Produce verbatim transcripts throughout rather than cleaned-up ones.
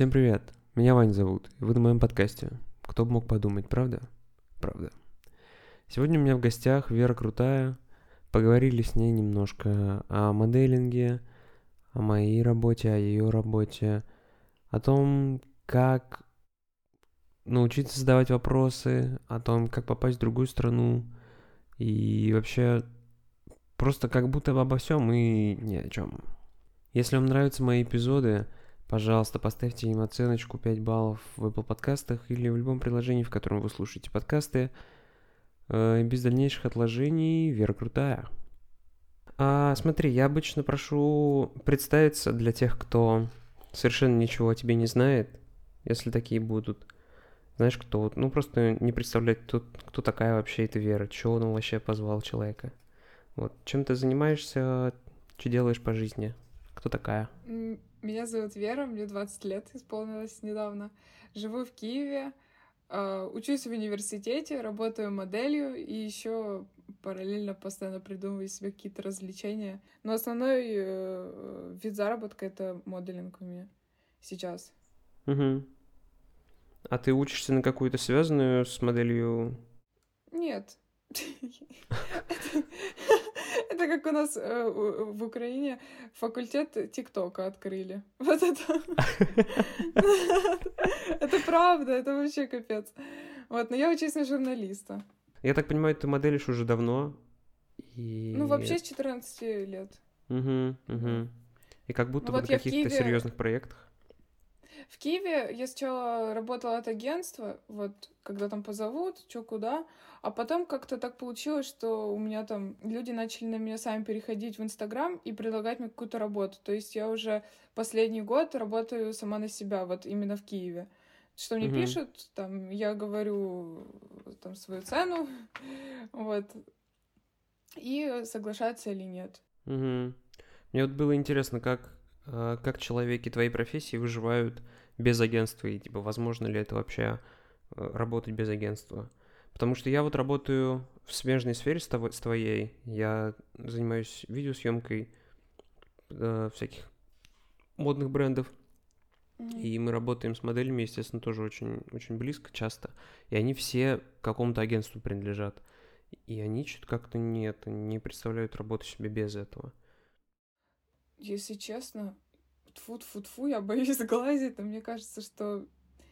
Всем привет, меня Вань зовут, и вы на моем подкасте. Кто бы мог подумать, правда? Правда. Сегодня у меня в гостях Вера Крутая. Поговорили с ней немножко о моделинге, о моей работе, о ее работе, о том, как научиться задавать вопросы, о том, как попасть в другую страну, и вообще просто как будто бы обо всем и ни о чем. Если вам нравятся мои эпизоды, пожалуйста, поставьте им оценочку пять баллов в Apple подкастах или в любом приложении, в котором вы слушаете подкасты. Э, без дальнейших отложений, Вера Крутая. А, смотри, я обычно прошу представиться для тех, кто совершенно ничего о тебе не знает, если такие будут. Знаешь, кто вот, ну просто не представлять, кто, кто такая вообще эта Вера, чего он вообще позвал человека. Вот, чем ты занимаешься, что делаешь по жизни, кто такая? М, Меня зовут Вера, мне двадцать лет исполнилось недавно. Живу в Киеве, а, учусь в университете, работаю моделью и еще параллельно постоянно придумываю себе какие-то развлечения. Но основной э, вид заработка — это моделинг у меня сейчас. Угу. А ты учишься на какую-то связанную с моделью? Нет. Это это как у нас э, у- в Украине факультет ТикТока открыли. Вот это. Это правда, это вообще капец. Вот, но я учусь на журналиста. Я так понимаю, ты моделишь уже давно. Ну, И... вообще с четырнадцати лет, Угу, да. угу. И как Ну будто бы на вот я в каких-то Киеве серьезных проектах. В Киеве я сначала работала от агентства, вот, когда там позовут, чё куда, а потом как-то так получилось, что у меня там люди начали на меня сами переходить в Инстаграм и предлагать мне какую-то работу. То есть я уже последний год работаю сама на себя, вот именно в Киеве. Что мне Угу, пишут, там, я говорю там свою цену, вот, и соглашаются или нет. угу. Мне вот было интересно, как, э, как человеки твоей профессии выживают без агентства, и типа, возможно ли это вообще э, работать без агентства. Потому что я вот работаю в смежной сфере с, того- с твоей. Я занимаюсь видеосъемкой э, всяких модных брендов. Мгм. И мы работаем с моделями, естественно, тоже очень, очень близко, часто. И они все какому-то агентству принадлежат. И они что-то как-то нет, не представляют работу себе без этого. Если честно, тфу-тфу-тфу, я боюсь сглазить, но мне кажется, что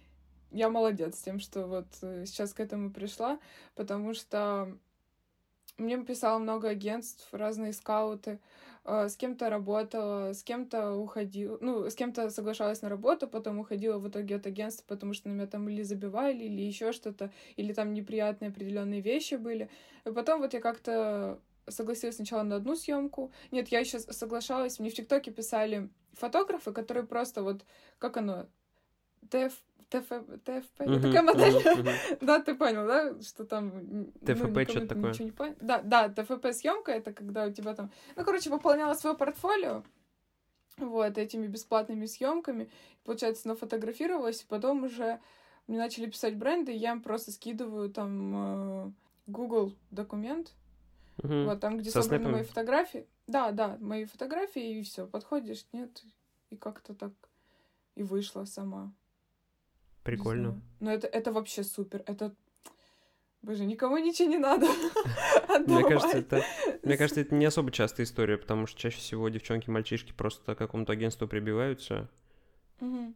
я молодец тем, что вот э, сейчас к этому пришла, потому что мне писало много агентств, разные скауты, э, с кем-то работала, с кем-то уходила, ну, с кем-то соглашалась на работу, потом уходила в итоге от агентства, потому что на меня там или забивали, или еще что-то, или там неприятные определенные вещи были. И потом вот я как-то согласилась сначала на одну съемку. Нет, я еще соглашалась, мне в ТикТоке писали фотографы, которые просто вот, как оно, ТФ, ТФ, ТФП, я Угу, такая модель. угу, угу. Да, ты понял, да, что там, ну, ТФП никому что-то такое. ничего не понятно. Да, да, ТФП-съемка — это когда у тебя там, ну, короче, пополняла свое портфолио, вот, этими бесплатными съемками, получается, нафотографировалась, и потом уже мне начали писать бренды, и я им просто скидываю там э, Google документ, Угу. вот, там, где Со собраны мои снэпами? фотографии. Да, да, мои фотографии, и все, подходишь, нет, и как-то так и вышла сама. Не Прикольно. знаю. Но это, это вообще супер. Это, боже, никому ничего не надо. Мне кажется, Отдавай. это... Мне кажется, это не особо частая история, потому что чаще всего девчонки и мальчишки просто к какому-то агентству прибиваются, Мгм.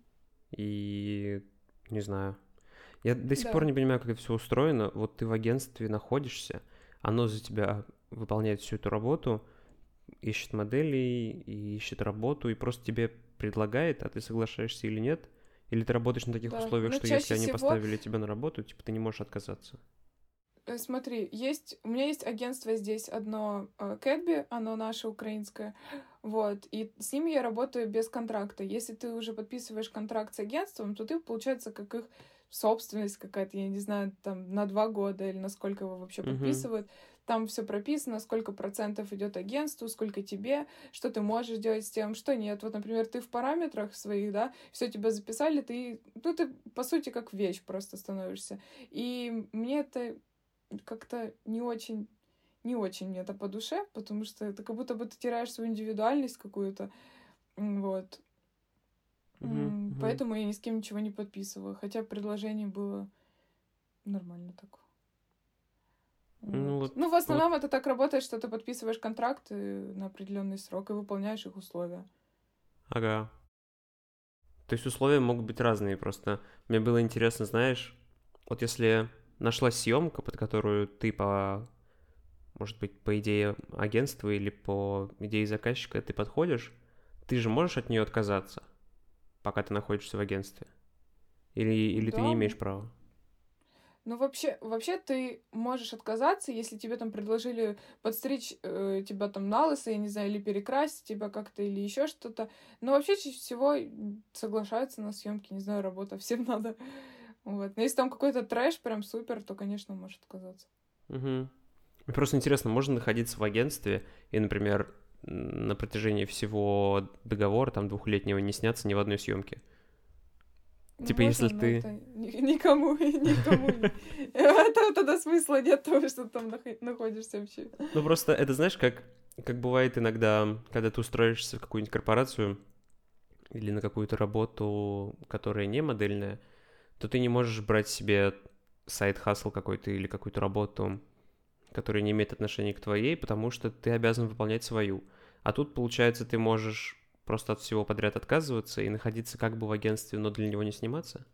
и... Не знаю. Я до сих пор Да. не понимаю, как это все устроено. Вот ты в агентстве находишься, оно за тебя выполняет всю эту работу, ищет моделей, и ищет работу, и просто тебе предлагает, а ты соглашаешься или нет. Или ты работаешь на таких Да. условиях, Ну, что если чаще они всего, поставили тебя на работу, типа ты не можешь отказаться. э, смотри, есть, у меня есть агентство здесь одно, э, Кэтби, оно наше украинское, вот, и с ними я работаю без контракта. Если ты уже подписываешь контракт с агентством, то ты, получается, как их собственность какая-то, я не знаю, там, на два года или на сколько его вообще Угу, подписывают. Там все прописано, сколько процентов идет агентству, сколько тебе, что ты можешь делать с тем, что нет. Вот, например, ты в параметрах своих, да, все тебя записали, ты, ну, ты, по сути, как вещь просто становишься. И мне это как-то не очень, не очень мне это по душе, потому что это как будто бы ты теряешь свою индивидуальность какую-то, вот. Мгм, М, мгм. Поэтому я ни с кем ничего не подписывала. Хотя предложение было нормально так. Вот. Ну вот, Ну, в вот, основном это так работает, что ты подписываешь контракты на определенный срок и выполняешь их условия. ага. То есть условия могут быть разные просто. Мне было интересно, знаешь, вот если нашлась съемка, под которую ты по, может быть, по идее агентства или по идее заказчика ты подходишь, ты же можешь от нее отказаться, пока ты находишься в агентстве? Или, или ты Да, не имеешь м, права? ну вообще, вообще ты можешь отказаться, если тебе там предложили подстричь э, тебя там на лысо, я не знаю, или перекрасить тебя как-то, или еще что-то. Но вообще чаще всего м, соглашаются на съемки, не знаю, работа всем надо. Вот. Но если там какой-то трэш прям супер, то, конечно, можешь отказаться. Угу. Мне просто интересно, можно находиться в агентстве и, например, м, на протяжении всего договора, там, двухлетнего, не сняться ни в одной съемке? Ну, Типа, если можно, но ты... это ни- никому, никому. не- Это тогда смысла нет того, что ты там нах- находишься вообще. Ну, просто это, знаешь, как, как бывает иногда, когда ты устроишься в какую-нибудь корпорацию или на какую-то работу, которая не модельная, то ты не можешь брать себе сайд-хасл какой-то или какую-то работу, которая не имеет отношения к твоей, потому что ты обязан выполнять свою. А тут, получается, ты можешь просто от всего подряд отказываться и находиться как бы в агентстве, но для него не сниматься?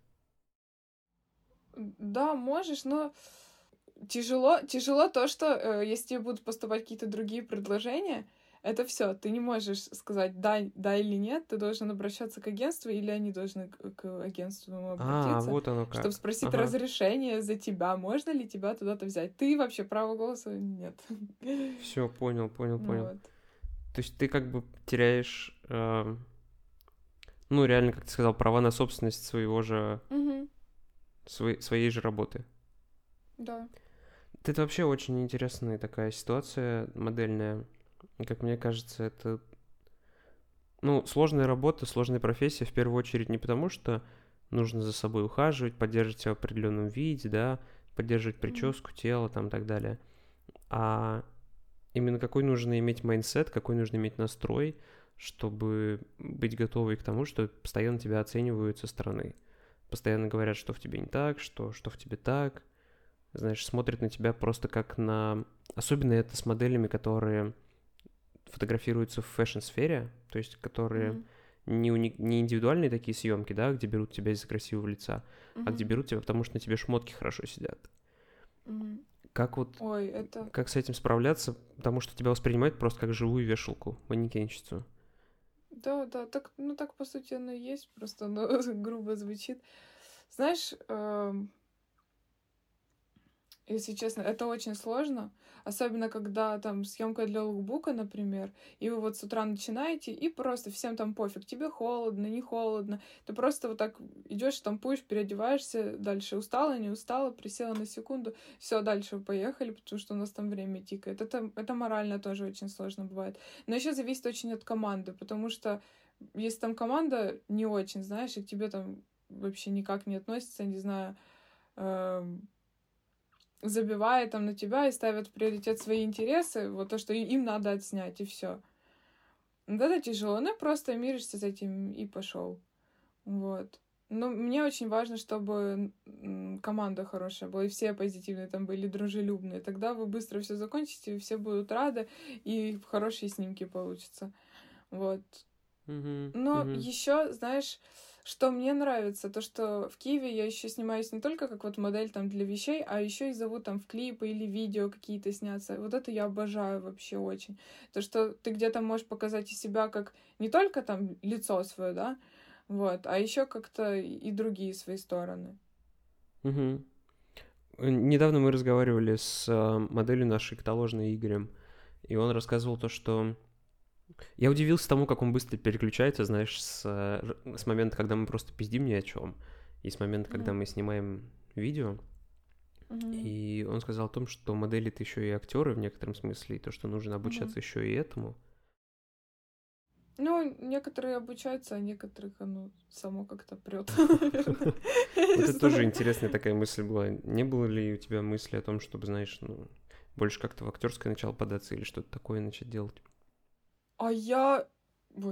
Да, можешь, но тяжело, тяжело то, что э, если тебе будут поступать какие-то другие предложения, это все, ты не можешь сказать да, да или нет, ты должен обращаться к агентству, или они должны к, к агентству А, обратиться, вот оно чтобы как. спросить Ага. разрешение за тебя, можно ли тебя туда-то взять. Ты вообще права голоса нет. Все, понял, понял, понял. Вот. То есть ты как бы теряешь, э, ну, реально, как ты сказал, права на собственность своего же, Мгм. своей, своей же работы. Да. Это вообще очень интересная такая ситуация модельная. И, как мне кажется, это, ну, сложная работа, сложная профессия в первую очередь не потому, что нужно за собой ухаживать, поддерживать себя в определенном виде, да, поддерживать Мгм. прическу, тело там и так далее, а именно какой нужно иметь майндсет, какой нужно иметь настрой, чтобы быть готовой к тому, что постоянно тебя оценивают со стороны. Постоянно говорят, что в тебе не так, что, что в тебе так. Знаешь, смотрят на тебя просто как на... Особенно это с моделями, которые фотографируются в фэшн-сфере, то есть которые Мгм. не, уни... не индивидуальные такие съемки, да, где берут тебя из-за красивого лица, а где Мгм. берут тебя, потому что на тебе шмотки хорошо сидят. Мгм. Как вот, Ой, это... как с этим справляться, потому что тебя воспринимают просто как живую вешалку, манекенщицу. Да, да, так, ну так по сути оно и есть, просто оно грубо звучит. Знаешь, эм, если честно, это очень сложно, особенно когда там съемка для лукбука, например, и вы вот с утра начинаете, и просто всем там пофиг, тебе холодно, не холодно, ты просто вот так идешь, штампуешь, переодеваешься, дальше устала, не устала, присела на секунду, все, дальше вы поехали, потому что у нас там время тикает. Это, это морально тоже очень сложно бывает. Но еще зависит очень от команды, потому что если там команда не очень, знаешь, и к тебе там вообще никак не относится, не знаю, эм, забивает там на тебя и ставят в приоритет свои интересы, вот то, что и- им надо отснять, и все. Вот это тяжело, ну просто миришься с этим и пошел. Вот. Но мне очень важно, чтобы м, команда хорошая была, и все позитивные там были, дружелюбные. Тогда вы быстро все закончите, и все будут рады, и хорошие снимки получатся. Вот. Угу, Но угу. еще, знаешь, что мне нравится, то что в Киеве я еще снимаюсь не только как вот модель там для вещей, а еще и зовут там в клипы или видео какие-то сняться. Вот это я обожаю вообще очень. То, что ты где-то можешь показать из себя как не только там лицо свое, да, вот, а еще как-то и другие свои стороны. Угу. Недавно мы разговаривали с э, моделью нашей каталожной Игорем, и он рассказывал то, что... Я удивился тому, как он быстро переключается, знаешь, с, э, с момента, когда мы просто пиздим ни о чем, и с момента, когда Мгм. мы снимаем видео. Мгм. И он сказал о том, что модели это еще и актеры в некотором смысле, и то, что нужно Мгм. обучаться еще и этому. Ну, некоторые обучаются, а некоторых оно само как-то прет, наверное. Я Вот не это тоже знаю. интересная такая мысль была. Не было ли у тебя мысли о том, чтобы, знаешь, ну, больше как-то в актерское начало податься или что-то такое начать делать? А я... Боже,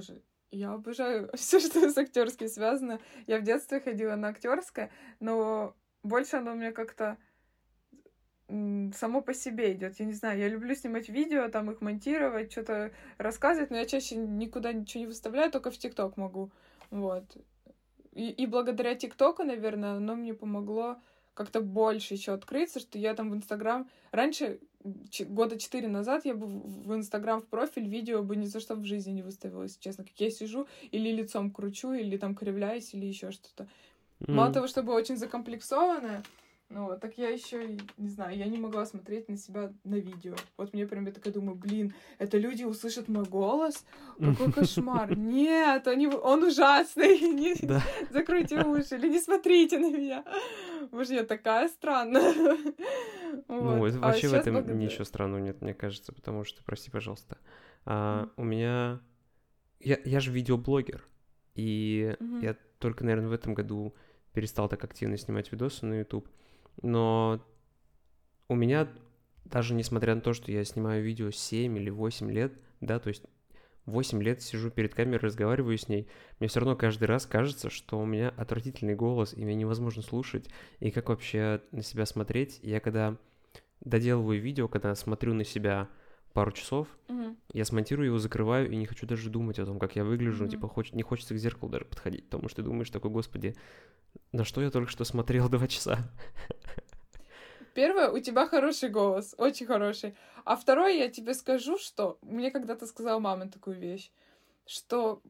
Я обожаю все, что с актерским связано. Я в детстве ходила на актерское, но больше оно у меня как-то м, само по себе идет. Я не знаю, я люблю снимать видео, там их монтировать, что-то рассказывать, но я чаще никуда ничего не выставляю, только в ТикТок могу. Вот. И, и благодаря ТикТоку, наверное, оно мне помогло как-то больше еще открыться, что я там в Инстаграм... Раньше, ч- года четыре назад, я бы в в Инстаграм в профиль видео бы ни за что в жизни не выставила, если честно. Как я сижу, или лицом кручу, или там кривляюсь, или еще что-то. Мало М. того, что была очень закомплексованная, ну, вот, так я еще, не знаю, я не могла смотреть на себя на видео. Вот мне прям, я такая думаю, блин, это люди услышат мой голос? Какой кошмар. Нет, они, он ужасный. Не, Да. закройте уши или не смотрите на меня. Боже, я такая странная. Ну, Вот. это А вообще в сейчас этом благодаря... ничего странного нет, мне кажется, потому что, прости, пожалуйста, а, Мгм. у меня... Я, я же видеоблогер, и Мгм. я только, наверное, в этом году перестал так активно снимать видосы на YouTube, но у меня, даже несмотря на то, что я снимаю видео семь или восемь лет, да, то есть восемь лет сижу перед камерой, разговариваю с ней, мне все равно каждый раз кажется, что у меня отвратительный голос, и меня невозможно слушать, и как вообще на себя смотреть. И я когда доделываю видео, когда смотрю на себя пару часов, Мгм. я смонтирую его, закрываю и не хочу даже думать о том, как я выгляжу. Мгм. Типа, хоч- не хочется к зеркалу даже подходить, потому что ты думаешь такой, господи, на что я только что смотрел два часа? Первое, у тебя хороший голос, очень хороший. А второе, я тебе скажу, что мне когда-то сказала мама такую вещь, что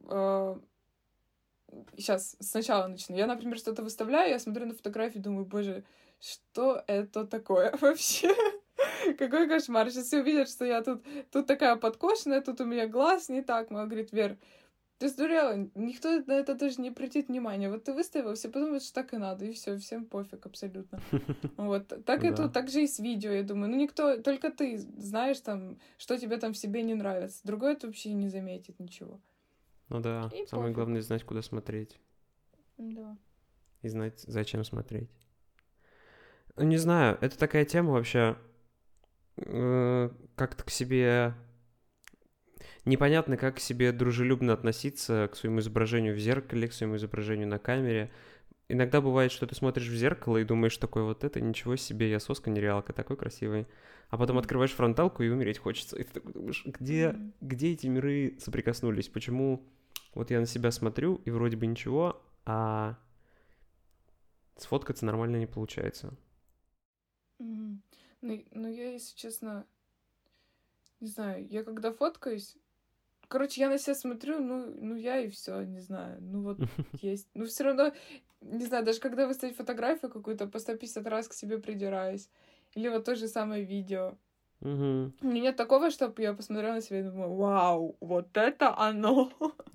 сейчас сначала начну. Я, например, что-то выставляю, я смотрю на фотографии, думаю, боже, что это такое вообще? Какой кошмар. Сейчас все увидят, что я тут, тут такая подкошенная, тут у меня глаз не так. Мама говорит, Вер, ты сдурела, никто на это даже не обратит внимания. Вот ты выставила, все подумают, что так и надо, и все, всем пофиг абсолютно. Вот, так Ну и да, тут, так же и с видео, я думаю. Ну, никто, только ты знаешь там, что тебе там в себе не нравится. Другой это вообще не заметит ничего. ну да. И Самое пофиг. главное знать, куда смотреть Да. и знать, зачем смотреть. Ну, не знаю, это такая тема вообще, э, как-то к себе непонятно, как к себе дружелюбно относиться к своему изображению в зеркале, к своему изображению на камере. Иногда бывает, что ты смотришь в зеркало и думаешь такой, вот это ничего себе, я соска нереалка, такой красивый. А потом М. открываешь фронталку и умереть хочется. И ты такой думаешь, где, Мгм. где эти миры соприкоснулись? Почему вот я на себя смотрю и вроде бы ничего, а сфоткаться нормально не получается? Мгм. Ну, ну, я, если честно, не знаю, я когда фоткаюсь, короче, я на себя смотрю, ну, ну я и все, не знаю, ну вот есть. Ну, все равно, не знаю, даже когда выставить фотографию какую-то, по сто пятьдесят раз к себе придираюсь. Или вот то же самое видео. Мгм. У меня нет такого, чтобы я посмотрела на себя и думала, вау, вот это оно.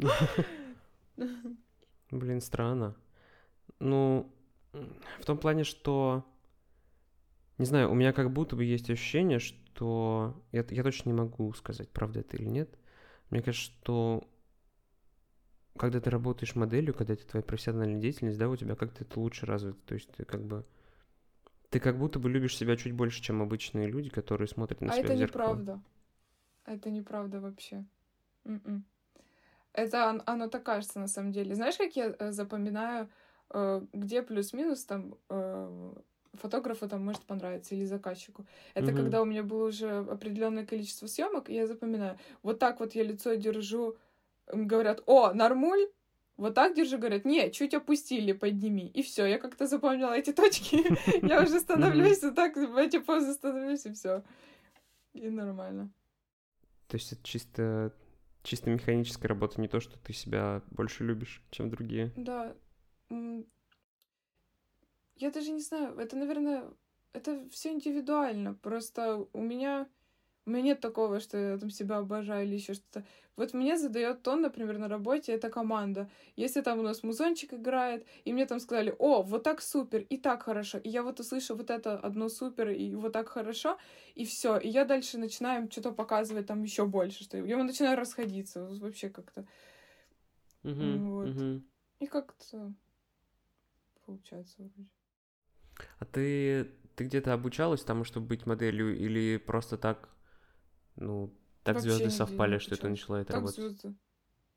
Блин, странно. Ну, в том плане, что, не знаю, у меня как будто бы есть ощущение, что... Я, я точно не могу сказать, правда это или нет. Мне кажется, что когда ты работаешь моделью, когда это твоя профессиональная деятельность, да, у тебя как-то это лучше развито. То есть ты как бы... Ты как будто бы любишь себя чуть больше, чем обычные люди, которые смотрят на А себя это в зеркало. неправда. Это неправда вообще. М-м. Это он- оно так кажется на самом деле. Знаешь, как я э, запоминаю, э, где плюс-минус там э, фотографу там может понравиться или заказчику. Это Угу. когда у меня было уже определенное количество съемок, и я запоминаю. Вот так вот я лицо держу, м, говорят, о, нормуль. Вот так держу, говорят, не, чуть опустили, подними. И все, я как-то запомнила эти точки. Я уже Угу. становлюсь, вот так в эти позы становлюсь, и все. И нормально. То есть это чисто, чисто механическая работа, не то, что ты себя больше любишь, чем другие. Да, м, я даже не знаю, это, наверное, это все индивидуально. Просто у меня, у меня нет такого, что я там себя обожаю или еще что-то. Вот мне задает тон, например, на работе, это команда. Если там у нас музончик играет, и мне там сказали, о, вот так супер, и так хорошо. И я вот услышу вот это одно супер, и вот так хорошо, и все. И я дальше начинаю им что-то показывать там еще больше, что я начинаю расходиться. Вот вообще как-то. Угу, М, Вот. угу. И как-то получается вроде. А ты, ты где-то обучалась тому, чтобы быть моделью, или просто так, ну, так Вообще звезды нигде не совпали, что ты обучалась. начала это Так работать? звезды.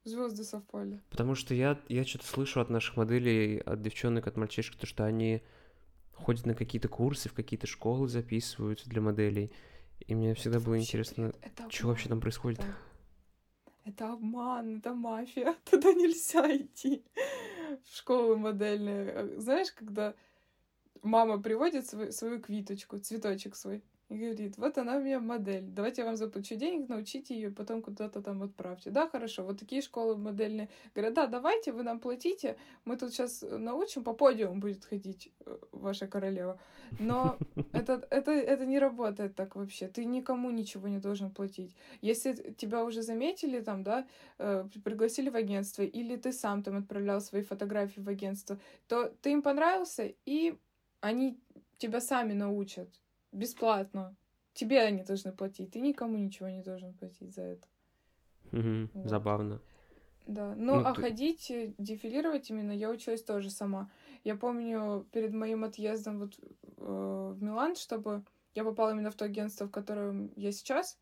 звезды совпали. Потому что я, я что-то слышу от наших моделей, от девчонок, от мальчишек, то, что они ходят на какие-то курсы, в какие-то школы записываются для моделей. И мне всегда Это было вообще интересно, бред. Это что вообще там обман. происходит. Это, это обман, это мафия. Туда нельзя идти в школу модельную. Знаешь, когда мама приводит свою, свою квиточку, цветочек свой, и говорит, вот она у меня модель, давайте я вам заплачу денег, научите ее, потом куда-то там отправьте. Да, хорошо, вот такие школы модельные. Говорят, да, давайте, вы нам платите, мы тут сейчас научим, по подиуму будет ходить ваша королева. Но это, это, это не работает так вообще. Ты никому ничего не должен платить. Если тебя уже заметили там, да, пригласили в агентство, или ты сам там отправлял свои фотографии в агентство, то ты им понравился, и они тебя сами научат. Бесплатно. Тебе они должны платить. Ты никому ничего не должен платить за это. Угу, вот. Забавно. Да. Ну, ну а ты... ходить, дефилировать именно я училась тоже сама. Я помню, перед моим отъездом вот э, в Милан, чтобы я попала именно в то агентство, в котором я сейчас,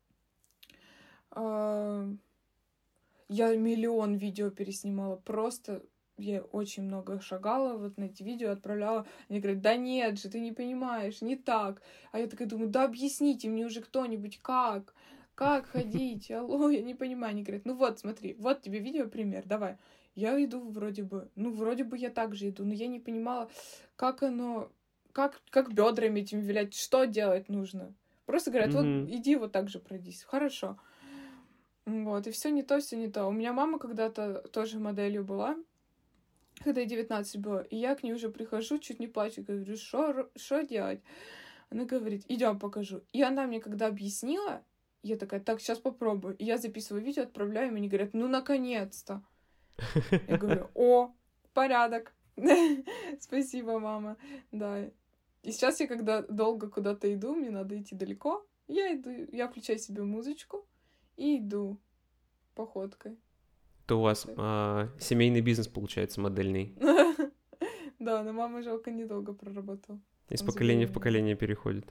э, я миллион видео переснимала. Просто я очень много шагала, вот на эти видео отправляла. Они говорят, да нет же, ты не понимаешь, не так. А я такая думаю, да объясните мне уже кто-нибудь, как? Как ходить? Алло, я не понимаю. Они говорят, ну вот, смотри, вот тебе видео пример, давай. Я иду вроде бы, ну вроде бы я так же иду, но я не понимала, как оно, как, как бедрами этим вилять, что делать нужно. Просто говорят, вот mm-hmm. иди вот так же пройдись. Хорошо. Вот, и все не то, все не то. У меня мама когда-то тоже моделью была, когда ей девятнадцать было, и я к ней уже прихожу, чуть не плачу, говорю, что делать? Она говорит, идем покажу. И она мне когда объяснила, я такая, так, сейчас попробую. И я записываю видео, отправляю, и они говорят, ну, наконец-то. Я говорю, о, порядок. Спасибо, мама. Да. И сейчас я, когда долго куда-то иду, мне надо идти далеко, я иду, я включаю себе музычку и иду походкой. То у вас а, семейный бизнес, получается, модельный. Да, но мама, жалко, недолго проработала. Из поколения в поколение переходит.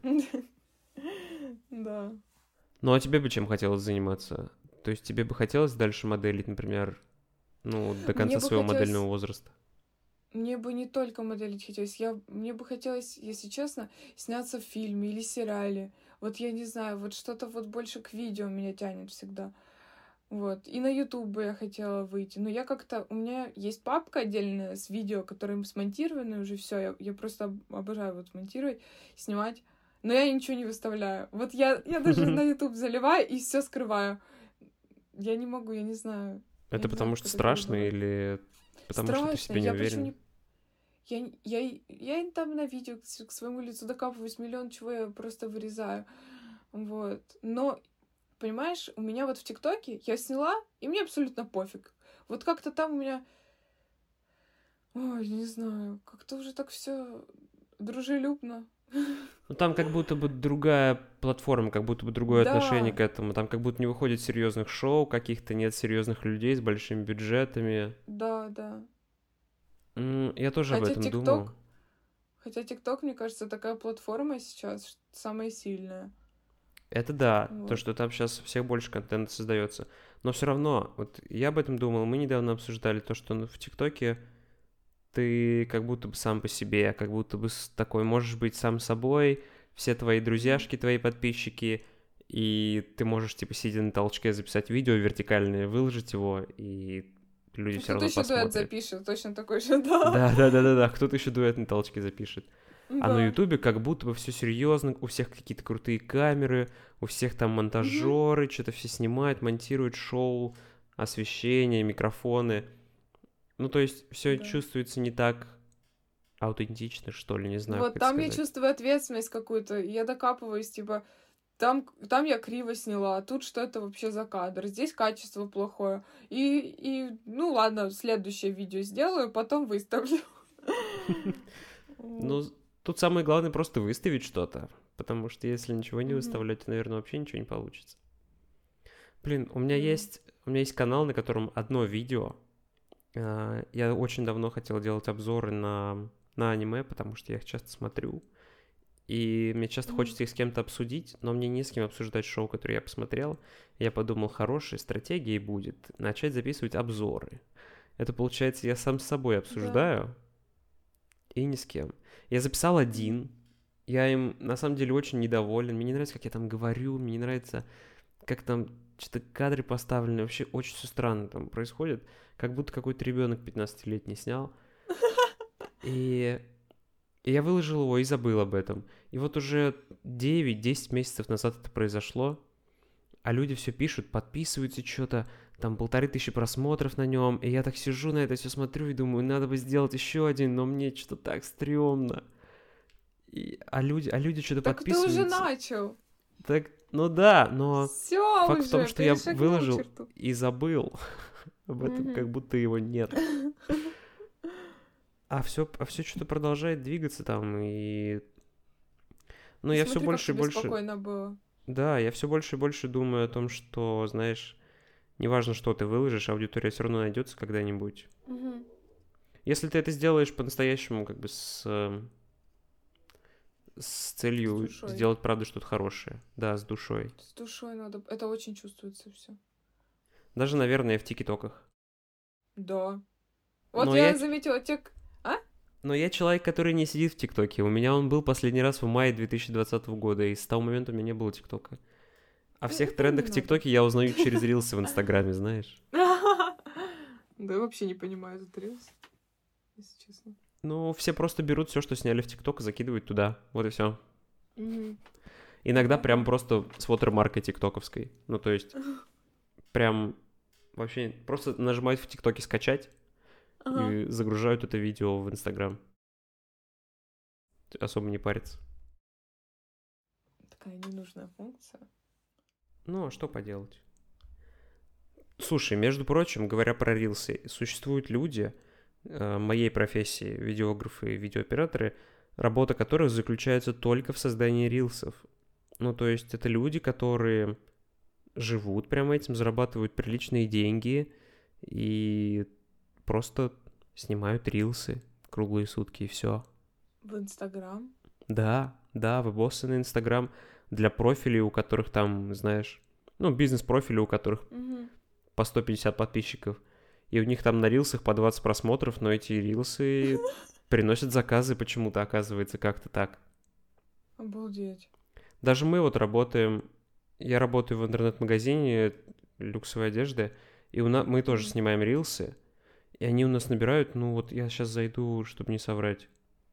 Да. Ну, а тебе бы чем хотелось заниматься? То есть тебе бы хотелось дальше моделить, например, ну, до конца своего хотелось... модельного возраста? Мне бы не только моделить хотелось. Я... Мне бы хотелось, если честно, сняться в фильме или сериале. Вот я не знаю, вот что-то вот больше к видео меня тянет всегда. Вот. И на YouTube бы я хотела выйти. Но я как-то... У меня есть папка отдельная с видео, которые смонтированы уже все. Я, я просто обожаю вот монтировать, снимать. Но я ничего не выставляю. Вот я, я даже на YouTube заливаю и все скрываю. Я не могу, я не знаю. Это я потому знаю, что страшно или потому страшно. что ты себе не я уверен? Не... Я, я, я там на видео к, к своему лицу докапываюсь, миллион чего я просто вырезаю. Вот. Но, понимаешь, у меня вот в ТикТоке я сняла, и мне абсолютно пофиг. Вот как-то там у меня... Ой, не знаю, как-то уже так все дружелюбно. Ну, там как будто бы другая платформа, как будто бы другое да. отношение к этому. Там как будто не выходит серьезных шоу, каких-то нет серьезных людей с большими бюджетами. Да, да. Mm, я тоже Хотя об этом TikTok, думал. Хотя ТикТок, мне кажется, такая платформа сейчас самая сильная. Это да, вот. То, что там сейчас у всех больше контента создается. Но все равно, вот я об этом думал, мы недавно обсуждали то, что в ТикТоке ты как будто бы сам по себе, как будто бы такой можешь быть сам собой, все твои друзьяшки, твои подписчики, и ты можешь, типа, сидя на толчке, записать видео вертикальное, выложить его, и люди ну, все равно посмотрят. Кто-то еще дуэт запишет, точно такой же, да. Да-да-да-да, кто-то еще дуэт на толчке запишет. Да. А на Ютубе как будто бы все серьезно, у всех какие-то крутые камеры, у всех там монтажеры, mm-hmm. что-то все снимают, монтируют шоу, освещение, микрофоны. Ну, то есть все да. чувствуется не так аутентично, что ли, не знаю, вот как там сказать. Я чувствую ответственность какую-то, я докапываюсь, типа, там, там я криво сняла, а тут что это вообще за кадр, здесь качество плохое, и, и ну ладно, следующее видео сделаю, потом выставлю. Ну, тут самое главное просто выставить что-то, потому что если ничего не выставлять, то, наверное, вообще ничего не получится. Блин, у меня есть, у меня есть канал, на котором одно видео. Я очень давно хотел делать обзоры на, на аниме, потому что я их часто смотрю. И мне часто Мгм. хочется их с кем-то обсудить, но мне не с кем обсуждать шоу, которое я посмотрел. Я подумал, хорошей стратегией будет начать записывать обзоры. Это получается, я сам с собой Да. обсуждаю и ни с кем. Я записал Мгм. один. Я им на самом деле очень недоволен. Мне не нравится, как я там говорю, мне не нравится, как там что-то кадры поставлены. Вообще очень все странно там происходит. Как будто какой-то ребенок пятнадцатилетний снял. И И я выложил его и забыл об этом. И вот уже девять-десять месяцев назад это произошло, а люди все пишут, подписываются что-то, там полторы тысячи просмотров на нем, и я так сижу на это все смотрю и думаю, надо бы сделать еще один, но мне что-то так стрёмно. И, а люди, а люди что-то Так ты уже подписываются. начал. Так, ну да, но Все факт в том, уже, что я перешагнул выложил черту. и забыл об этом, как Мгм. будто его нет. А все, а все что-то продолжает двигаться там, и... Ну, И я все смотри, как больше и тебе больше... спокойно было. Да, я все больше и больше думаю о том, что, знаешь, неважно, что ты выложишь, аудитория все равно найдется когда-нибудь. Мгм. Если ты это сделаешь по-настоящему, как бы с, э, с С целью душой. сделать, правда, что-то хорошее. Да, с душой. С душой надо. Это очень чувствуется все. Даже, наверное, в тикитоках. Да. Вот Но я я, заметила, те... А? но я человек, который не сидит в ТикТоке. У меня он был последний раз в мае две тысячи двадцатого года, и с того момента у меня не было ТикТока. О Э, всех Это не трендах в надо. ТикТоке я узнаю через рилсы в Инстаграме, знаешь. Да, я вообще не понимаю этот рилс, если честно. Ну, все просто берут все, что сняли в ТикТок, и закидывают туда. Вот и все. Мгм. Иногда прям Ага. просто с вотермаркой тиктоковской. Ну, то есть, прям вообще просто нажимают в ТикТоке скачать Ага. и загружают это видео в Инстаграм. Особо не парятся. Такая ненужная функция. Ну, а что поделать? Слушай, между прочим, говоря про рилсы, существуют люди э, моей профессии, видеографы и видеооператоры, работа которых заключается только в создании рилсов. Ну, то есть, это люди, которые живут прямо этим, зарабатывают приличные деньги и просто снимают рилсы круглые сутки и все. В Инстаграм. Да, да, вебосы на Инстаграм для профилей, у которых там, знаешь, ну, бизнес-профили, у которых Мгм. по сто пятьдесят подписчиков. И у них там на рилсах по двадцать просмотров, но эти рилсы приносят заказы почему-то, оказывается, как-то так. Обалдеть. Даже мы вот работаем, я работаю в интернет-магазине люксовой одежды, и у нас, мы тоже Мгм. снимаем рилсы, и они у нас набирают, ну вот я сейчас зайду, чтобы не соврать,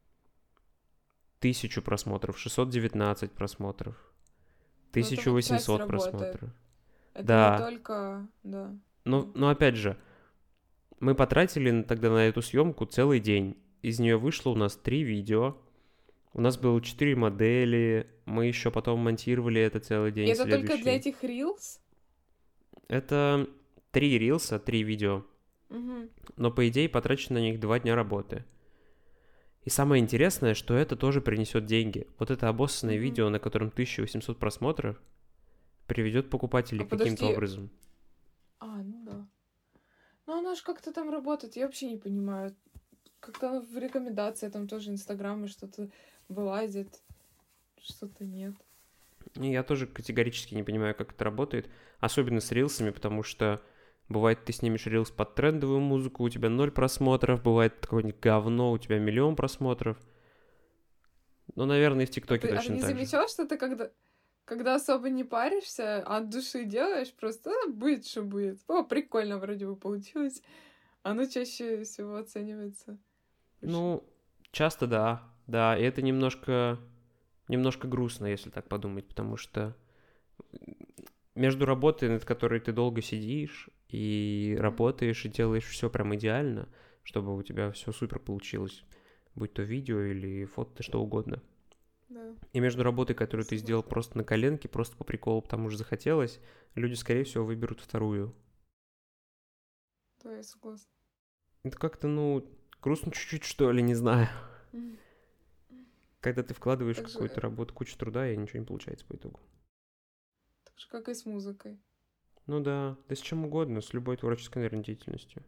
тысячу просмотров, шестьсот девятнадцать просмотров, Ну, это вот часть тысяча восемьсот работает. просмотров. Это не Да, только... Да. но, Мгм. но опять же, мы потратили на- тогда на эту съемку целый день. Из нее вышло у нас три видео, у нас было четыре модели, мы еще потом монтировали это целый И день это только для следующий. этих рилс? Это три рилса, три видео, Мгм. но по идее потрачено на них два дня работы. И самое интересное, что это тоже принесет деньги. Вот это обоссанное Мгм. видео, на котором тысяча восемьсот просмотров, приведет покупателей А каким-то подожди. образом. А, ну да. Ну, она же как-то там работает, я вообще не понимаю. Как-то она в рекомендации там тоже Инстаграма что-то вылазит, что-то нет. И я тоже категорически не понимаю, как это работает, особенно с рилсами, потому что бывает, ты снимешь рилс под трендовую музыку, у тебя ноль просмотров, бывает какое-нибудь говно, у тебя миллион просмотров. Ну, наверное, и в А ТикТоке ты, а ты точно не так же. замечал, что ты когда, когда особо не паришься, а от души делаешь, просто а, будет, что будет. О, прикольно вроде бы получилось. Оно чаще всего оценивается выше. Ну, часто да, да, и это немножко, немножко грустно, если так подумать, потому что между работой, над которой ты долго сидишь, и Мгм. работаешь, и делаешь все прям идеально, чтобы у тебя все супер получилось, будь то видео или фото, что угодно. Да, И между работой, которую ты сделал согласна. просто на коленке, просто по приколу, потому что захотелось, люди, скорее всего, выберут вторую. Да, я согласна. Это как-то, ну, грустно чуть-чуть, что ли, не знаю. Мгм. Когда ты вкладываешь в Так какую-то же, работу кучу труда, и ничего не получается по итогу. так же, как и с музыкой. Ну да, да с чем угодно, с любой творческой, наверное, деятельностью.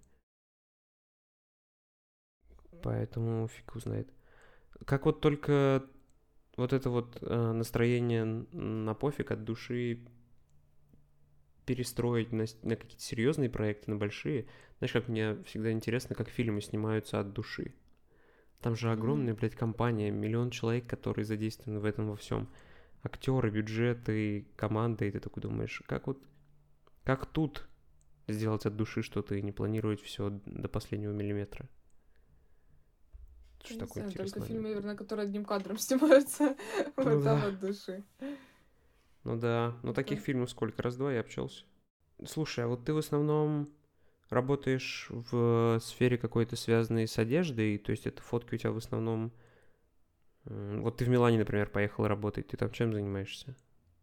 Поэтому фиг его знает. Как вот только вот это вот э, настроение н- на пофиг от души перестроить на, с- на какие-то серьезные проекты, на большие. Знаешь, как мне всегда интересно, как фильмы снимаются от души. Там же Мгм. огромная, блядь, компания, миллион человек, которые задействованы в этом во всем. Актеры, бюджеты, команда, и ты такой думаешь, как вот, как тут сделать от души что-то и не планировать все до последнего миллиметра? Это Я же не такой знаю, только интересный фильмы, момент. наверное, которые одним кадром снимаются, Ну вот там да, от души. ну да, но таких Это- фильмов сколько? Раз-два и обчелся. Слушай, а вот ты в основном работаешь в сфере какой-то связанной с одеждой, то есть это фотки у тебя в основном... м, Вот ты в Милане, например, поехал работать, ты там чем занимаешься?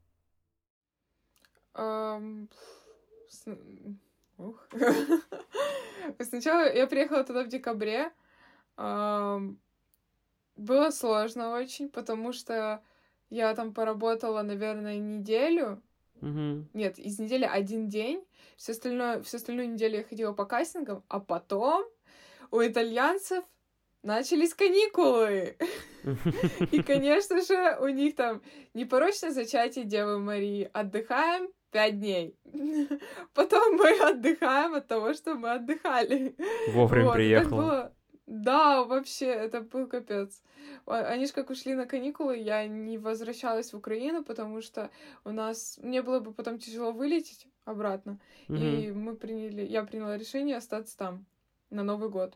ам, с- Ух. Сначала я приехала туда в декабре. ам, Было сложно очень, потому что я там поработала, наверное, неделю. Угу, Нет, из недели один день. Все остальное, всю остальную неделю я ходила по кастингам, а потом у итальянцев начались каникулы. И, конечно же, у них там непорочное зачатие Девы Марии. Отдыхаем пять дней. Потом мы отдыхаем от того, что мы отдыхали. Вовремя Вот, и так приехала. было. Да, вообще, это был капец. А- Они же как ушли на каникулы, я не возвращалась в Украину, потому что у нас... Мне было бы потом тяжело вылететь обратно. Угу, И мы приняли... Я приняла решение остаться там на Новый год.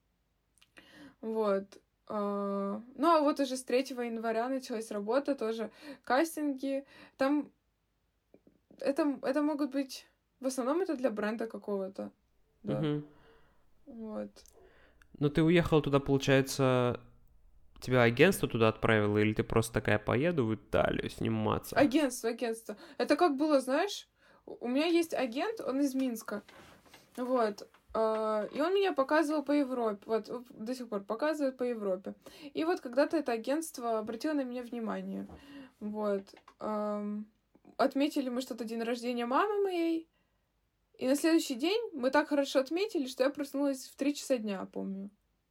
Вот. А, Ну, а вот уже с третьего января началась работа, тоже кастинги. Там это, это могут быть... В основном это для бренда какого-то, да. угу. Вот. Ну ты уехала туда, получается, тебя агентство туда отправило, или ты просто такая, поеду в Италию сниматься? Агентство, агентство. Это как было, знаешь, у у меня есть агент, он из Минска. Вот. А, И он меня показывал по Европе. Вот, в- до сих пор показывает по Европе. И вот когда-то это агентство обратило на меня внимание. Вот. Ам, Отметили мы что-то день рождения мамы моей. И на следующий день мы так хорошо отметили, что я проснулась в три часа дня, помню.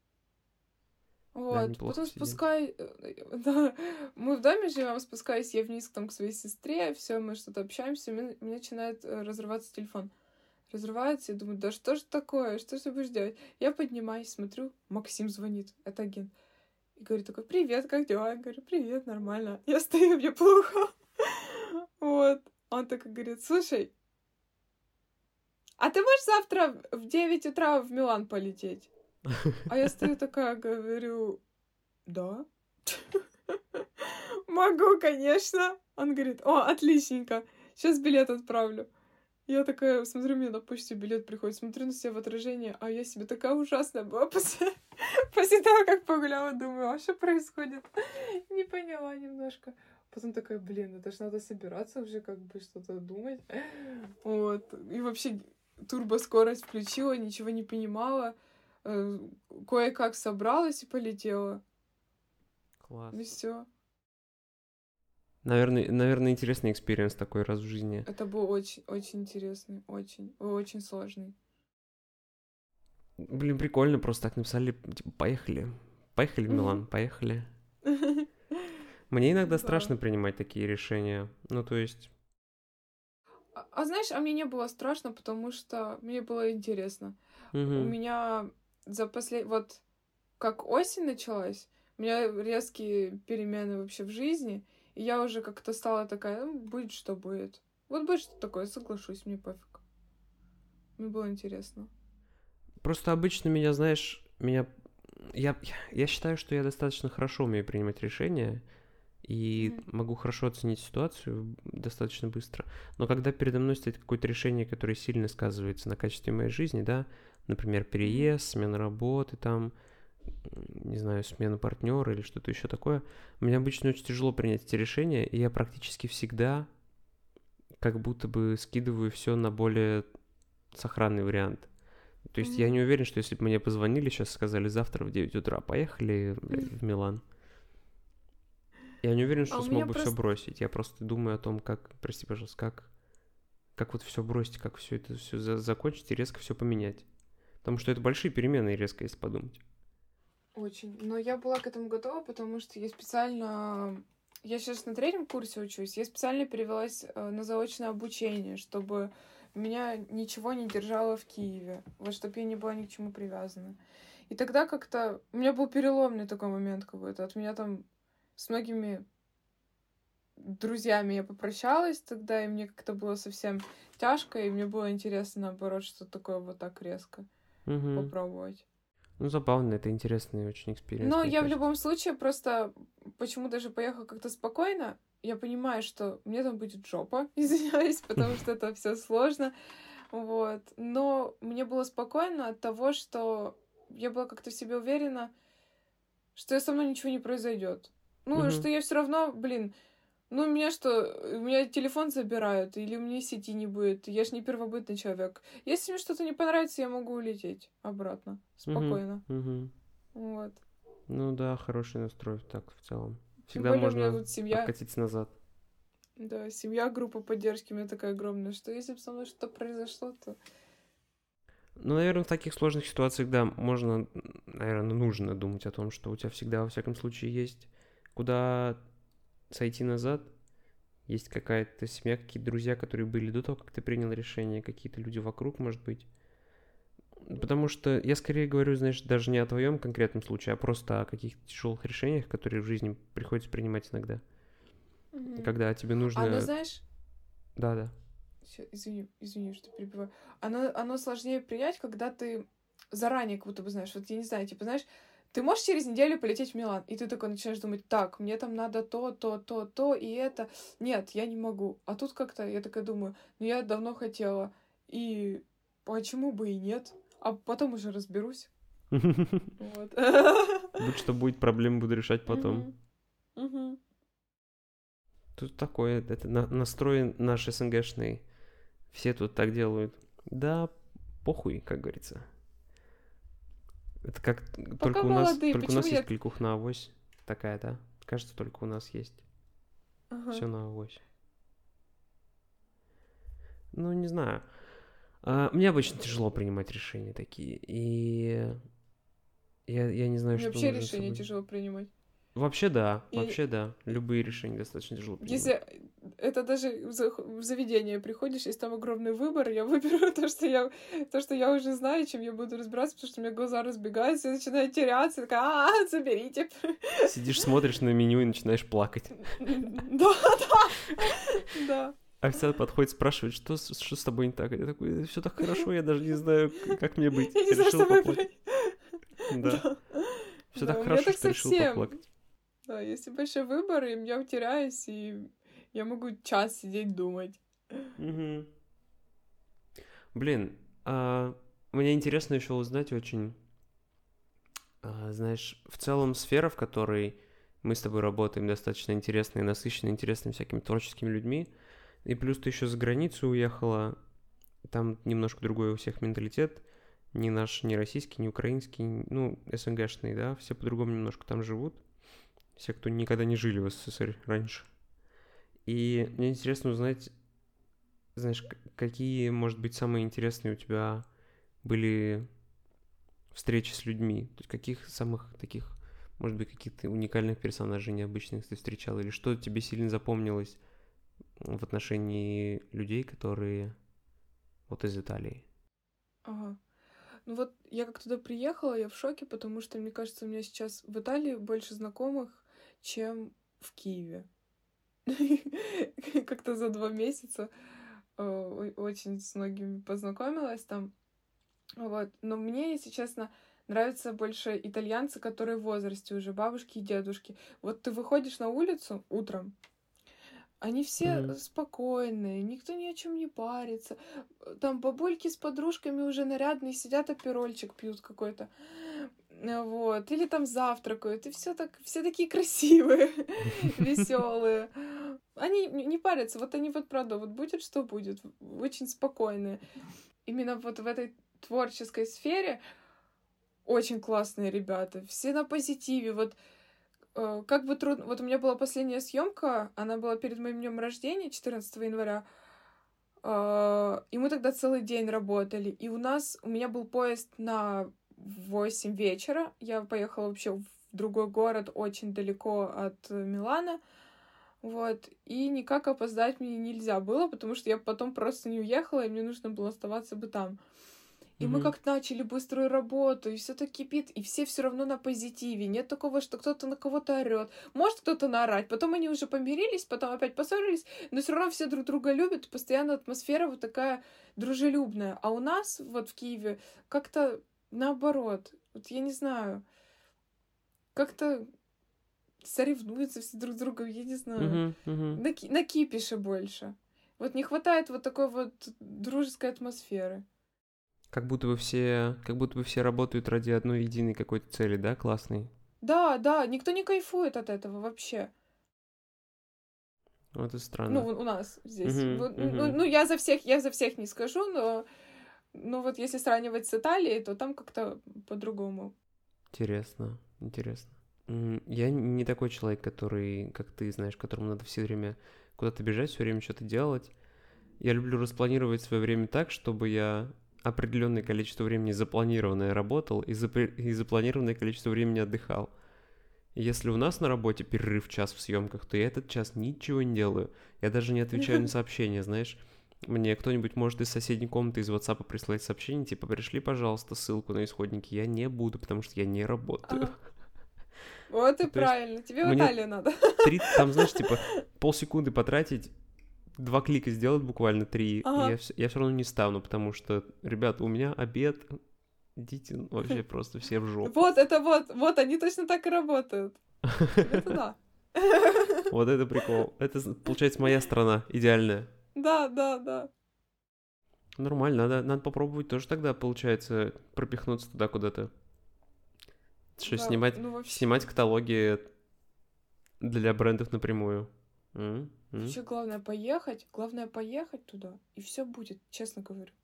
Да, Вот, неплохо потом посидели. спускай... э, Да, мы в доме живем, спускаюсь я вниз там к своей сестре, все, мы что-то общаемся, и мне мне начинает э, разрываться телефон. Разрывается, я думаю, да что ж такое, что ж ты будешь делать? Я поднимаюсь, смотрю, Максим звонит, это агент. И говорит такой, привет, как дела? Я говорю, привет, нормально. Я стою, мне плохо. Вот. Он такой говорит, слушай, а ты можешь завтра в девять утра в Милан полететь? А я стою такая, говорю, да. Могу, конечно. Он говорит, о, отличненько. Сейчас билет отправлю. Я такая смотрю, мне на почте билет приходит, смотрю на себя в отражение, а я себе такая ужасная была после, после того, как погуляла, думаю, а что происходит? Не поняла немножко. Потом такая, блин, это ж надо собираться уже, как бы что-то думать. Вот. И вообще турбоскорость включила, ничего не понимала. э, Кое-как собралась и полетела. Класс. И все. Наверное, наверное, интересный экспириенс такой раз в жизни. Это был очень, очень интересный, очень, очень сложный. Блин, прикольно, просто так написали, типа, поехали. Поехали в Милан, поехали. Мне иногда Да. страшно принимать такие решения. Ну, то есть... А, а знаешь, а мне не было страшно, потому что мне было интересно. У Угу, меня за послед... Вот как осень началась, у меня резкие перемены вообще в жизни, и я уже как-то стала такая, ну, будет что будет. Вот будет что такое, соглашусь, мне пофиг. Мне было интересно. просто обычно меня, знаешь, меня... Я, я считаю, что я достаточно хорошо умею принимать решения и Мгм. могу хорошо оценить ситуацию достаточно быстро. Но когда передо мной стоит какое-то решение, которое сильно сказывается на качестве моей жизни, да, например, Мгм. переезд, смена работы, там, не знаю, смена партнера или что-то еще такое, мне обычно очень тяжело принять эти решения, и я практически всегда как будто бы скидываю все на более сохранный вариант. То есть я Мгм. не уверен, что если бы мне позвонили, сейчас сказали завтра в девять утра, поехали, блядь, в Милан. Я не уверен, А что у смог меня бы все просто... бросить. Я просто думаю о том, как, прости, пожалуйста, как, как вот все бросить, как все это все за- закончить и резко все поменять. Потому что это большие перемены, резко, если подумать. Очень. Но я была к этому готова, потому что я специально я сейчас на третьем курсе учусь, я специально перевелась э, на заочное обучение, чтобы меня ничего не держало в Киеве, вот чтобы я не была ни к чему привязана. И тогда как-то у меня был переломный такой момент какой-то. От меня там с многими друзьями я попрощалась тогда, и мне как-то было совсем тяжко, и мне было интересно, наоборот, что такое вот так резко Угу. попробовать. Ну, забавно, это интересный очень экспириенс, Но мне я в кажется. любом случае просто почему даже поехала как-то спокойно. Я понимаю, что мне там будет жопа, извиняюсь, потому что это все сложно. Вот. Но мне было спокойно от того, что я была как-то в себе уверена, что со мной ничего не произойдет. Ну, Мгм. что я все равно, блин, ну, меня что, у меня телефон забирают, или у меня сети не будет, я ж не первобытный человек. Если мне что-то не понравится, я могу улететь обратно, Мгм. спокойно. Мгм. Вот. Ну да, хороший настрой так в целом. Тем Всегда более у меня можно вот семья, откатиться назад. да, семья, группа поддержки у меня такая огромная, что если бы со мной что-то произошло, то... Ну, наверное, в таких сложных ситуациях, да, можно, наверное, нужно думать о том, что у тебя всегда, во всяком случае, есть куда сойти назад. Есть какая-то семья, какие-то друзья, которые были до того, как ты принял решение, какие-то люди вокруг, может быть. Потому что я скорее говорю, знаешь, даже не о твоем конкретном случае, а просто о каких-то тяжелых решениях, которые в жизни приходится принимать иногда. Мгм. Когда тебе А, ну, нужно... знаешь, Да-да. ща- извини, извини, что перебиваю. Оно, оно сложнее принять, когда ты заранее как будто бы знаешь. Вот я не знаю, типа, знаешь, ты можешь через неделю полететь в Милан, и ты такой начинаешь думать, так, мне там надо то, то, то, то, и это. Нет, я не могу. А тут как-то я такая думаю, ну я давно хотела, и почему бы и нет? А потом уже разберусь. Вот. Будь что будет, проблемы буду решать потом. Мгм. Мгм. Тут такое, это на- настрой наш СНГшный. Все тут так делают. Да, похуй, как говорится. Это как Пока только у нас, молодые, только у почему нас есть я... кликух на авось. Такая, да? Кажется, только у нас есть. Ага. Все на авось. Ну, не знаю. А, мне обычно тяжело принимать решения такие. И я, я не знаю, Мне что вообще нужно с решение собой. тяжело принимать. Вообще да, И вообще да. Любые решения достаточно тяжело принимать. если это даже в за- в заведение приходишь, если там огромный выбор, я выберу то, что я, то, что я уже знаю, чем я буду разбираться, потому что у меня глаза разбегаются, я начинаю теряться, я такая, а, заберите. Сидишь, смотришь на меню и начинаешь плакать. Да, да, да. Официант подходит, спрашивает, что, с- что с тобой не так. Я такой, все так хорошо, я даже не знаю, к- как мне быть. Я не знаю, Решил что поплакать. выбрать. Да. Да. Все Да, так у меня хорошо, так что решил совсем. поплакать. Да, если большой выбор, и я теряюсь, и я могу час сидеть думать. Мгм. Блин, а, мне интересно еще узнать очень, а, знаешь, в целом сфера, в которой мы с тобой работаем, достаточно интересная и насыщенная интересными всякими творческими людьми. И плюс ты еще за границу уехала, там немножко другой у всех менталитет. Ни наш, ни российский, ни украинский, ну, СНГшный, да, все по-другому немножко там живут. Все, кто никогда не жили в СССР раньше. И мне интересно узнать, знаешь, к- какие, может быть, самые интересные у тебя были встречи с людьми? То есть каких самых таких, может быть, каких-то уникальных персонажей необычных ты встречал? Или что тебе сильно запомнилось в отношении людей, которые вот из Италии? Ага. Ну вот я как туда приехала, я в шоке, потому что, мне кажется, у меня сейчас в Италии больше знакомых, чем в Киеве. Как-то за два месяца э, о- очень с многими познакомилась там. Вот. Но мне, если честно, нравятся больше итальянцы, которые в возрасте уже, бабушки и дедушки. Вот ты выходишь на улицу утром, они все Мгм. спокойные, никто ни о чем не парится. Там бабульки с подружками уже нарядные сидят, аперольчик пьют какой-то. Э, Вот. Или там завтракают. И все так, все такие красивые, веселые. Они не не парятся. Вот они вот правда, вот будет что будет. Очень спокойные. Именно вот в этой творческой сфере очень классные ребята. Все на позитиве. Вот э, как бы трудно... Вот у меня была последняя съемка, она была перед моим днем рождения, четырнадцатого января, э, и мы тогда целый день работали. И у нас, у меня был поезд на восемь вечера, я поехала вообще в другой город, очень далеко от э, Милана, Вот. И никак опоздать мне нельзя было, потому что я потом просто не уехала, и мне нужно было оставаться бы там. И мы Мгм. как начали быструю работу, и все так кипит, и все все равно на позитиве. Нет такого, что кто-то на кого-то орет. Может кто-то наорать. Потом они уже помирились, потом опять поссорились, но все равно все друг друга любят. Постоянно атмосфера вот такая дружелюбная. А у нас вот в Киеве как-то наоборот. Вот я не знаю. Как-то соревнуются все друг с другом, я не знаю. Мгм, мгм. На, ки- на кипише больше. Вот не хватает вот такой вот дружеской атмосферы. Как будто бы все, как будто бы все работают ради одной единой какой-то цели, да, классной. Да, да, никто не кайфует от этого вообще. Вот это Ну, странно. у у нас здесь. Мгм, Вот, ну, мгм. ну, я за всех, я за всех не скажу, но, но вот если сравнивать с Италией, то там как-то по-другому. Интересно, интересно. М, Я не такой человек, который, как ты знаешь, которому надо все время куда-то бежать, все время что-то делать. Я люблю распланировать свое время так, чтобы я определенное количество времени запланированное работал и, запре- и запланированное количество времени отдыхал. И если у нас на работе перерыв час в съемках, то я этот час ничего не делаю. Я даже не отвечаю на сообщения, знаешь. Мне кто-нибудь может из соседней комнаты из WhatsApp прислать сообщение, типа, пришли, пожалуйста, ссылку на исходники. Я не буду, потому что я не работаю. Ага. Вот и То есть правильно. Тебе в мне Италию надо. три, там, знаешь, типа, полсекунды потратить, два клика сделать буквально три, и Ага. я все, я все равно не стану, потому что, ребята, у меня обед, идите вообще просто все в жопу. Вот это вот, вот они точно так и работают. Это да. Вот это прикол. Это, получается, моя страна идеальная. Да, да, да. Нормально, надо, надо попробовать тоже тогда, получается, пропихнуться туда куда-то. Что, Да, снимать, ну вообще, снимать каталоги для брендов напрямую. М, м. вообще главное поехать, главное поехать туда, и все будет, честно говорю.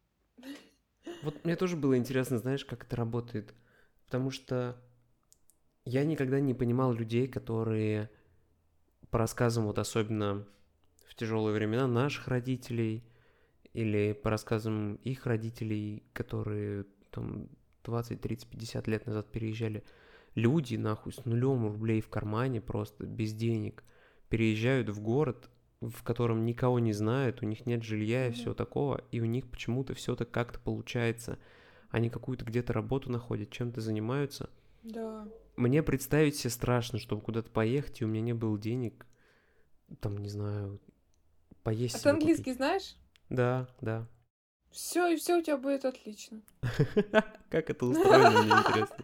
Вот мне тоже было интересно, знаешь, как это работает. Потому что я никогда не понимал людей, которые по рассказам, вот особенно в тяжелые времена наших родителей, или по рассказам их родителей, которые там двадцать, тридцать, пятьдесят лет назад переезжали, люди, нахуй, с нулем рублей в кармане, просто без денег, переезжают в город, в котором никого не знают, у них нет жилья и Мгм. всего такого, и у них почему-то все так как-то получается. Они какую-то где-то работу находят, чем-то занимаются. Да. Мне представить себе страшно, чтобы куда-то поехать, и у меня не было денег, там, не знаю, поесть А ты себе купить. английский знаешь? Да, да. Все, и все у тебя будет отлично. Как это устроено, мне интересно.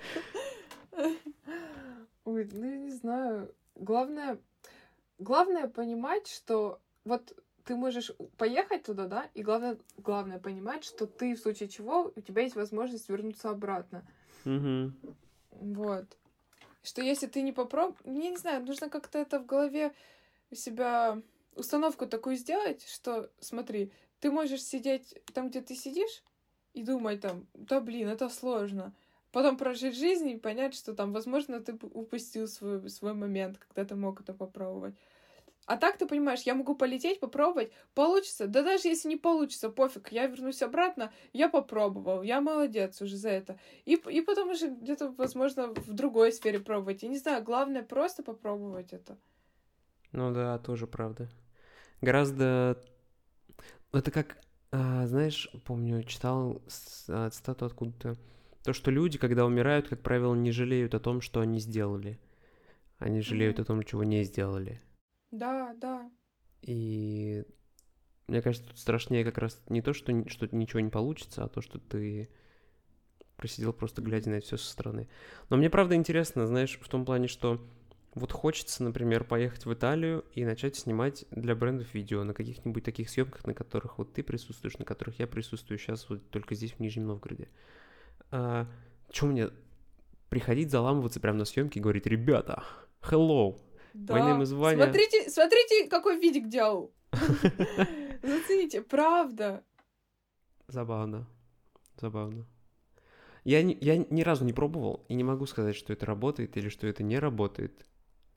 Ой, ну я не знаю. Главное, главное понимать, что вот ты можешь поехать туда, да, и главное, главное понимать, что ты в случае чего у тебя есть возможность вернуться обратно. Угу. Вот. Что если ты не попробуешь, я не знаю, нужно как-то это в голове у себя установку такую сделать, что, смотри, ты можешь сидеть там, где ты сидишь, и думать там, да блин, это сложно. Потом прожить жизнь и понять, что там, возможно, ты п- упустил свой, свой момент, когда ты мог это попробовать. А так ты понимаешь, я могу полететь, попробовать, получится. Да даже если не получится, пофиг, я вернусь обратно, я попробовал, я молодец уже за это. И, п- и потом уже где-то, возможно, в другой сфере пробовать. Я не знаю, главное просто попробовать это. Ну да, тоже правда. Гораздо... Это как, а, знаешь, помню, читал с- а, цитату откуда-то. То, что люди, когда умирают, как правило, не жалеют о том, что они сделали. Они жалеют Мгм. о том, чего не сделали. Да, да. И мне кажется, тут страшнее как раз не то, что, ни- что ничего не получится, а то, что ты просидел просто Мгм. глядя на это все со стороны. Но мне правда интересно, знаешь, в том плане, что вот хочется, например, поехать в Италию и начать снимать для брендов видео на каких-нибудь таких съемках, на которых вот ты присутствуешь, на которых я присутствую сейчас вот только здесь, в Нижнем Новгороде. А, Че мне приходить, заламываться прямо на съемки и говорить, ребята, hello, my name Да. is Ваня. Смотрите, смотрите, какой видик делал. Зацените, правда. Забавно, забавно. Я, ни- я ни разу не пробовал и не могу сказать, что это работает или что это не работает.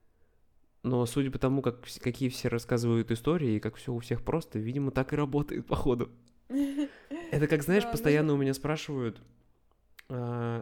Но судя по тому, как, вс- какие все рассказывают истории и как все у всех просто, видимо, так и работает, походу. Это как, знаешь, Да, нужно... постоянно у меня спрашивают, а,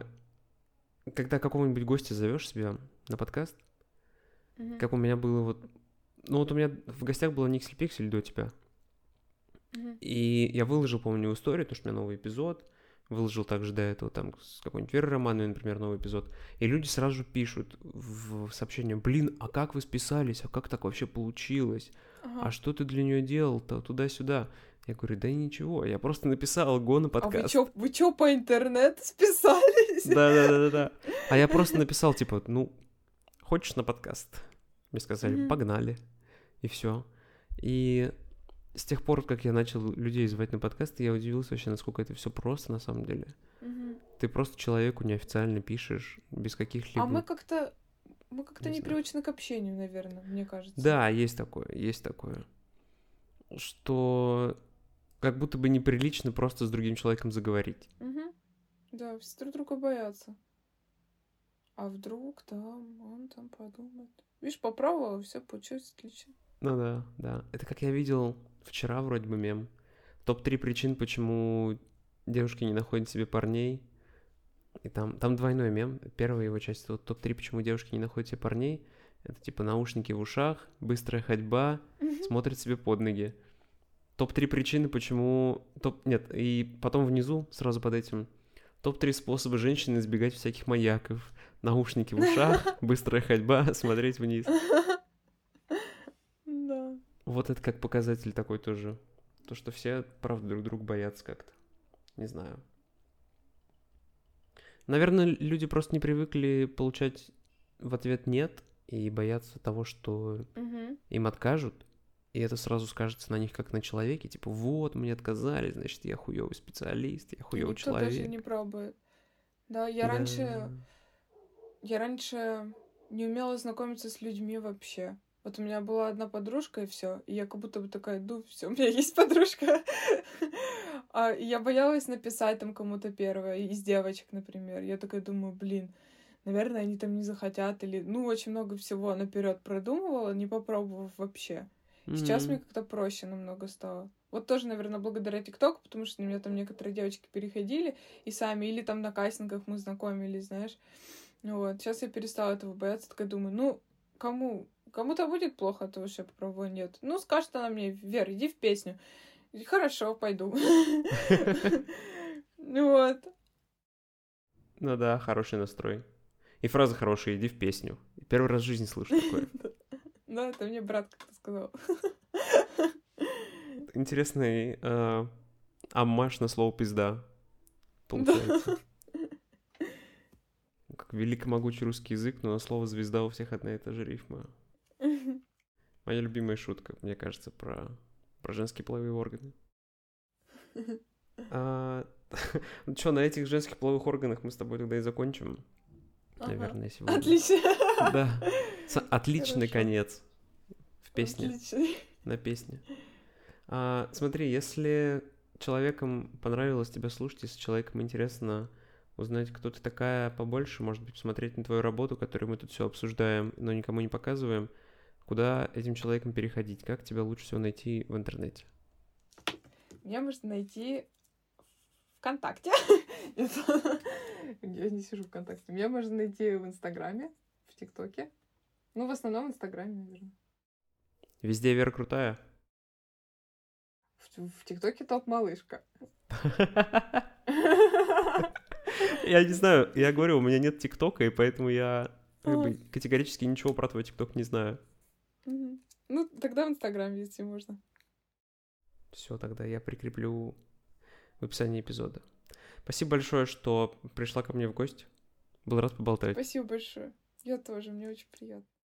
когда какого-нибудь гостя зовешь себе на подкаст, Мгм. как у меня было вот Ну вот у меня в гостях была Никсель Пиксель до тебя. Мгм. И я выложил, помню, историю, потому что у меня новый эпизод. Выложил также до этого там с какой-нибудь Верой Романовой, например, новый эпизод. И люди сразу же пишут в сообщение: блин, а как вы списались? А как так вообще получилось? А Ага. что ты для нее делал-то? Туда-сюда. Я говорю: да ничего, я просто написал го на А вы подкаст. чё, вы чё по интернету списались? Да-да-да-да-да. А я просто написал, типа, ну, хочешь на подкаст? Мне сказали: Мгм. погнали. И все. И с тех пор, как я начал людей звать на подкасты, я удивился вообще, насколько это все просто на самом деле. Мгм. Ты просто человеку неофициально пишешь, без А мы каких-либо... как-то мы как-то Не не знаю. привычны к общению, наверное, мне кажется. Да, есть такое, есть такое. Что как будто бы неприлично просто с другим человеком заговорить. Мгм. Да, все друг друга боятся. А вдруг там он там подумает. Видишь, попробовала, все получилось отлично. Ну да, да. Это как я видел вчера вроде бы мем. топ три причин, почему девушки не находят себе парней. И там, там двойной мем. Первая его часть — это топ три, почему девушки не находят себе парней. Это типа наушники в ушах, быстрая ходьба, смотрят себе под ноги. топ три причины, почему... Топ... Нет, и потом внизу, сразу под этим, топ три способа женщины избегать всяких маньяков. Наушники в ушах, быстрая ходьба, смотреть вниз. Да. Вот это как показатель такой тоже. То, что все, правда, друг друга боятся как-то. Не знаю. Наверное, люди просто не привыкли получать в ответ «нет» и боятся того, что Мгм. им откажут. И это сразу скажется на них как на человеке. Типа, вот, мне отказали, значит, я хуёвый специалист, я хуёвый Никто даже не человек. пробует. Да, я Да. раньше... Я раньше не умела знакомиться с людьми вообще. Вот у меня была одна подружка, и все. И я как будто бы такая: ну, все, у меня есть подружка. А я боялась написать там кому-то первое, из девочек, например. Я такая думаю: блин, наверное, они там не захотят. Или, ну, очень много всего наперед продумывала, не попробовав вообще. Сейчас мне М. как-то проще намного стало. Вот тоже, наверное, благодаря ТикТоку, потому что на меня там некоторые девочки переходили и сами, или там на кастингах мы знакомились, знаешь. Вот, сейчас я перестала этого бояться, такая думаю: ну, кому, кому-то будет плохо от того, что я попробую, нет. Ну, скажет она мне: Вер, иди в песню. И хорошо, пойду. Вот. Ну да, хороший настрой. И фраза хорошая: иди в песню. Первый раз в жизни слышу такое. Да, это мне брат как-то сказал. Интересный э, аммаж на слово «пизда» Да. получается. Как великомогучий русский язык, но на слово «звезда» у всех одна и та же рифма. Моя любимая шутка, мне кажется, про, про женские половые органы. А, ну что, на этих женских половых органах мы с тобой тогда и закончим, Ага. наверное, сегодня. Отлично. Да. С- Отличный Хорошо. конец в песне, Отличный. на песне. А, смотри, если человеком понравилось тебя слушать, если человеком интересно узнать, кто ты такая побольше, может быть, посмотреть на твою работу, которую мы тут все обсуждаем, но никому не показываем, куда этим человеком переходить? Как тебя лучше всего найти в интернете? Меня можно найти ВКонтакте. Я не сижу ВКонтакте. Меня можно найти в Инстаграме, в ТикТоке. Ну, в основном в Инстаграме, наверное. Везде Вера крутая? В, в ТикТоке топ-малышка. Я не знаю, я говорю, у меня нет ТикТока, и поэтому я как Ага. бы категорически ничего про твой ТикТок не знаю. Мгм. Ну, тогда в Инстаграме, если можно. Все, тогда я прикреплю в описании эпизода. Спасибо большое, что пришла ко мне в гости. Был рад поболтать. Спасибо большое. Я тоже, мне очень приятно.